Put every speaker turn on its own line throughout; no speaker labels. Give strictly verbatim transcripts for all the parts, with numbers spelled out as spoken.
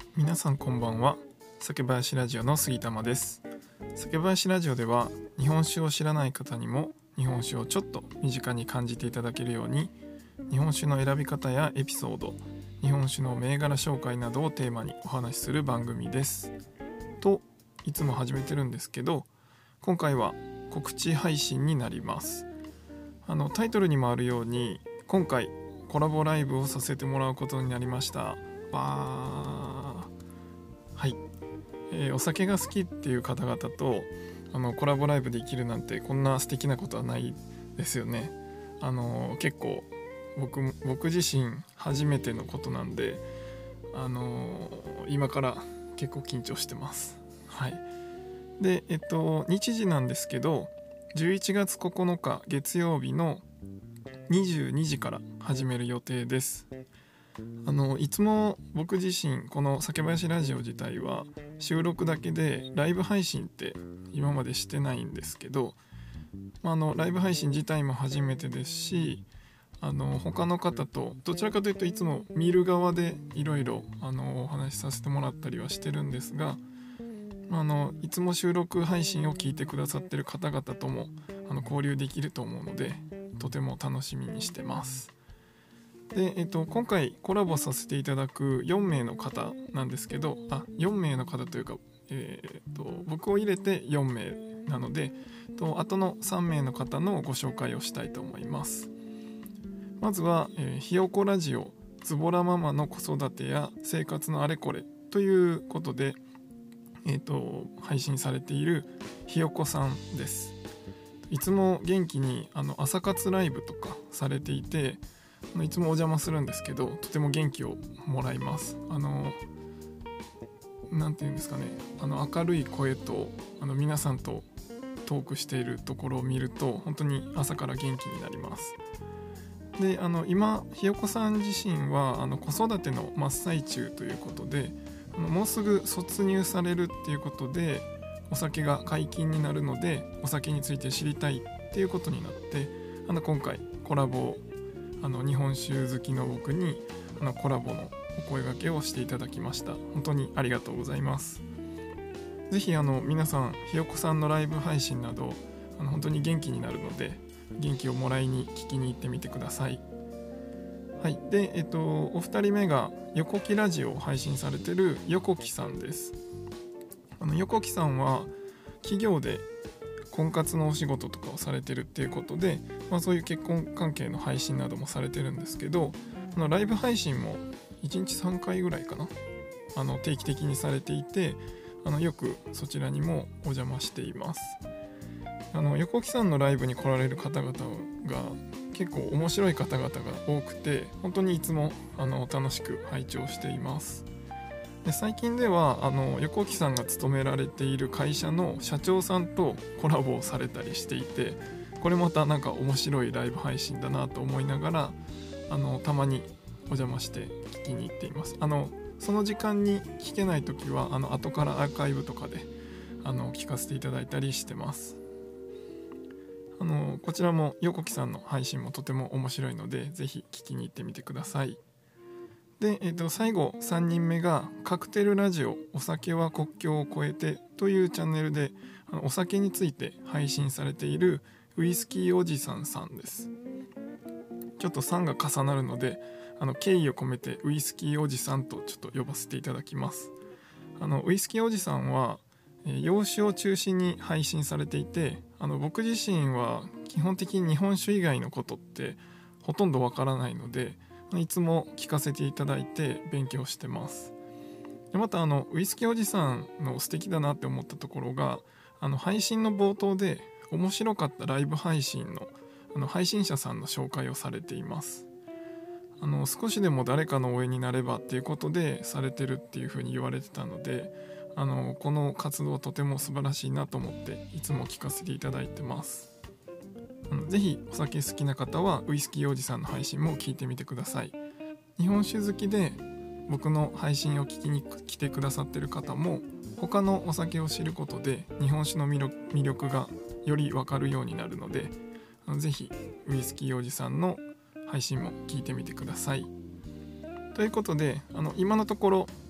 皆さんこんばんは。酒林ラジオの杉玉です。酒林ラジオでは日本酒を知らない方にも日本酒をちょっと身近に感じていただけるように、日本酒の選び方やエピソード、日本酒の銘柄紹介などをテーマにお話しする番組ですといつも始めてるんですけど、今回は告知配信になります。あのタイトルにもあるように、今回コラボライブをさせてもらうことになりました。わーはい、えー、お酒が好きっていう方々とあのコラボライブできるなんて、こんな素敵なことはないですよね。あの結構僕僕自身初めてのことなんで、あの今から結構緊張してます。はい。で、えっと日時なんですけど、じゅういちがつここのか月曜日のにじゅうにじから始める予定です。あのいつも僕自身この酒林ラジオ自体は収録だけでライブ配信って今までしてないんですけど、あのライブ配信自体も初めてですし、あの他の方とどちらかというといつも見る側でいろいろお話しさせてもらったりはしてるんですが、あのいつも収録配信を聞いてくださってる方々ともあの交流できると思うので、とても楽しみにしてます。で、えっと、今回コラボさせていただくよんめいの方なんですけど、あよんめいの方というか、えー、っと僕を入れてよんめいなので、とあとのさんめいの方のご紹介をしたいと思います。まずは、えー、ひよこラジオズボラママの子育てや生活のあれこれということで、えー、と配信されているひよこさんです。いつも元気にあの朝活ライブとかされていて、いつもお邪魔するんですけど、とても元気をもらいます。あのなんていうんですかね、あの明るい声とあの皆さんとトークしているところを見ると本当に朝から元気になります。で、あの今ひよこさん自身はあの子育ての真っ最中ということで、あのもうすぐ卒入されるっていうことで、お酒が解禁になるのでお酒について知りたいっていうことになって、あの今回コラボをあの日本酒好きの僕にあのコラボのお声掛けをしていただきました。本当にありがとうございます。ぜひあの皆さんひよこさんのライブ配信などあの本当に元気になるので、元気をもらいに聞きに行ってみてください。はい。で、えっとお二人目が横木ラジオを配信されてる横木さんです。あの横木さんは企業で婚活のお仕事とかをされてるっていうことで、まあ、そういう結婚関係の配信などもされてるんですけど、あのライブ配信もいちにちさんかいぐらいかな、あの定期的にされていて、あのよくそちらにもお邪魔しています。あの横木さんのライブに来られる方々が結構面白い方々が多くて、本当にいつもあの楽しく拝聴しています。で、最近ではあの横木さんが勤められている会社の社長さんとコラボをされたりしていて、これまたなんか面白いライブ配信だなと思いながら、あのたまにお邪魔して聞きに行っています。あのその時間に聞けないときはあの後からアーカイブとかであの聞かせていただいたりしてます。あのこちらも横木さんの配信もとても面白いので、ぜひ聞きに行ってみてください。で、えー、と最後さんにんめがカクテルラジオお酒は国境を越えてというチャンネルであのお酒について配信されているウイスキーおじさんさんです。ちょっとさんが重なるので、あの敬意を込めてウイスキーおじさんとちょっと呼ばせていただきます。あのウイスキーおじさんは、えー、洋酒を中心に配信されていて、あの僕自身は基本的に日本酒以外のことってほとんどわからないので、いつも聞かせていただいて勉強してます。でまたあのウイスキーおじさんの素敵だなって思ったところが、あの配信の冒頭で面白かったライブ配信のあの配信者さんの紹介をされています。あの少しでも誰かの応援になればっていうことでされてるっていう風に言われてたので、あのこの活動はとても素晴らしいなと思っていつも聞かせていただいてます。ぜひお酒好きな方はウイスキーおじさんの配信も聞いてみてください。日本酒好きで僕の配信を聞きに来てくださってる方も、他のお酒を知ることで日本酒の魅力、魅力がより分かるようになるので、ぜひウイスキーおじさんの配信も聞いてみてください。ということで、あの今のところ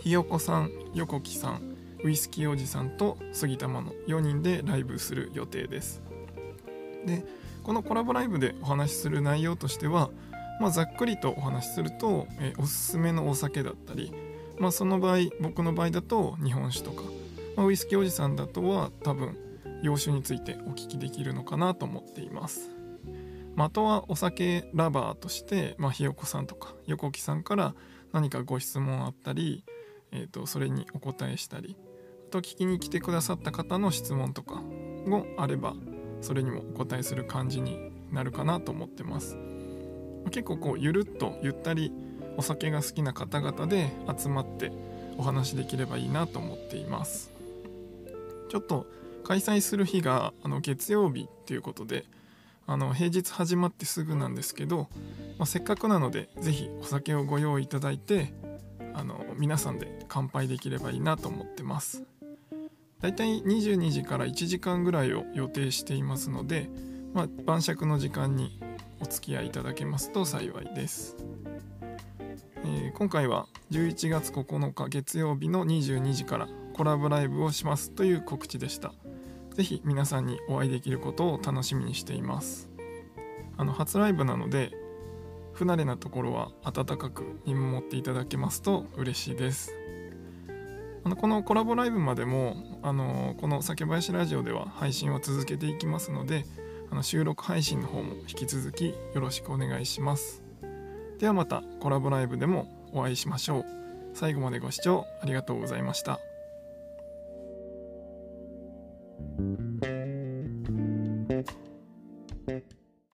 ひよこさん、横木さん、ウイスキーおじさんと杉玉のよにんでライブする予定です。でこのコラボライブでお話しする内容としては、まあ、ざっくりとお話しすると、えおすすめのお酒だったり、まあ、その場合僕の場合だと日本酒とか、まあ、ウイスキーおじさんだとは多分洋酒についてお聞きできるのかなと思っています。まあ、あとはお酒ラバーとして、まあ、ひよこさんとか横木さんから何かご質問あったり、えーと、それにお答えしたり、あと聞きに来てくださった方の質問とかもあればそれにもお答えする感じになるかなと思ってます。結構こうゆるっとゆったりお酒が好きな方々で集まってお話できればいいなと思っています。ちょっと開催する日があの月曜日っていうことで、あの平日始まってすぐなんですけど、まあ、せっかくなのでぜひお酒をご用意いただいて、あの皆さんで乾杯できればいいなと思ってます。だいたいにじゅうにじからいちじかんぐらいを予定していますので、まあ、晩酌の時間にお付き合いいただけますと幸いです。えー、今回はじゅういちがつここのか月曜日のにじゅうにじからコラボライブをしますという告知でした。ぜひ皆さんにお会いできることを楽しみにしています。あの初ライブなので不慣れなところは温かく見守っていただけますと嬉しいです。あのこのコラボライブまでもあのこの酒林ラジオでは配信を続けていきますので、あの収録配信の方も引き続きよろしくお願いします。ではまたコラボライブでもお会いしましょう。最後までご視聴ありがとうございました。